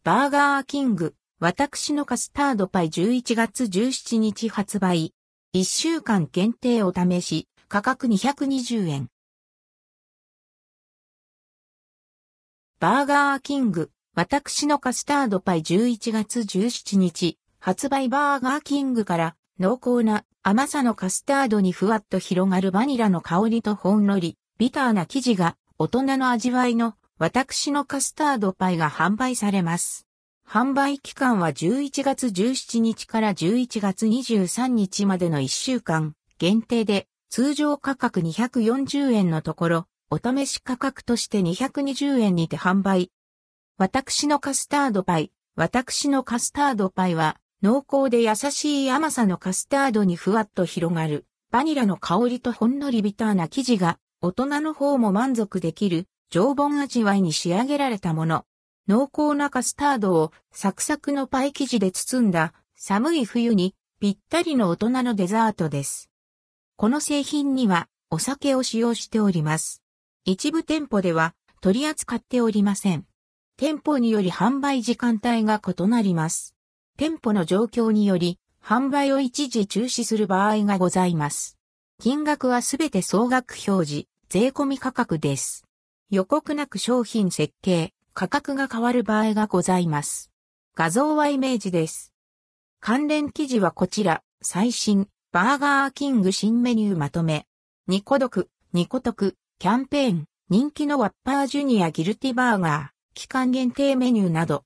バーガーキング、私のカスタードパイ11月17日発売。1週間限定お試し、価格220円。バーガーキング、私のカスタードパイ11月17日、発売バーガーキングから濃厚な甘さのカスタードにふわっと広がるバニラの香りとほんのり、ビターな生地が大人の味わいの私のカスタードパイが販売されます。販売期間は11月17日から11月23日までの1週間限定で通常価格240円のところお試し価格として220円にて販売。私のカスタードパイ。私のカスタードパイは濃厚で優しい甘さのカスタードにふわっと広がるバニラの香りとほんのりビターな生地が大人の方も満足できる常温味わいに仕上げられたもの。濃厚なカスタードをサクサクのパイ生地で包んだ寒い冬にぴったりの大人のデザートです。この製品にはお酒を使用しております。一部店舗では取り扱っておりません。店舗により販売時間帯が異なります。店舗の状況により販売を一時中止する場合がございます。金額はすべて総額表示、税込み価格です。予告なく商品設計、価格が変わる場合がございます。画像はイメージです。関連記事はこちら、最新、バーガーキング新メニューまとめ。ニコ得、キャンペーン、人気のワッパージュニアギルティバーガー、期間限定メニューなど。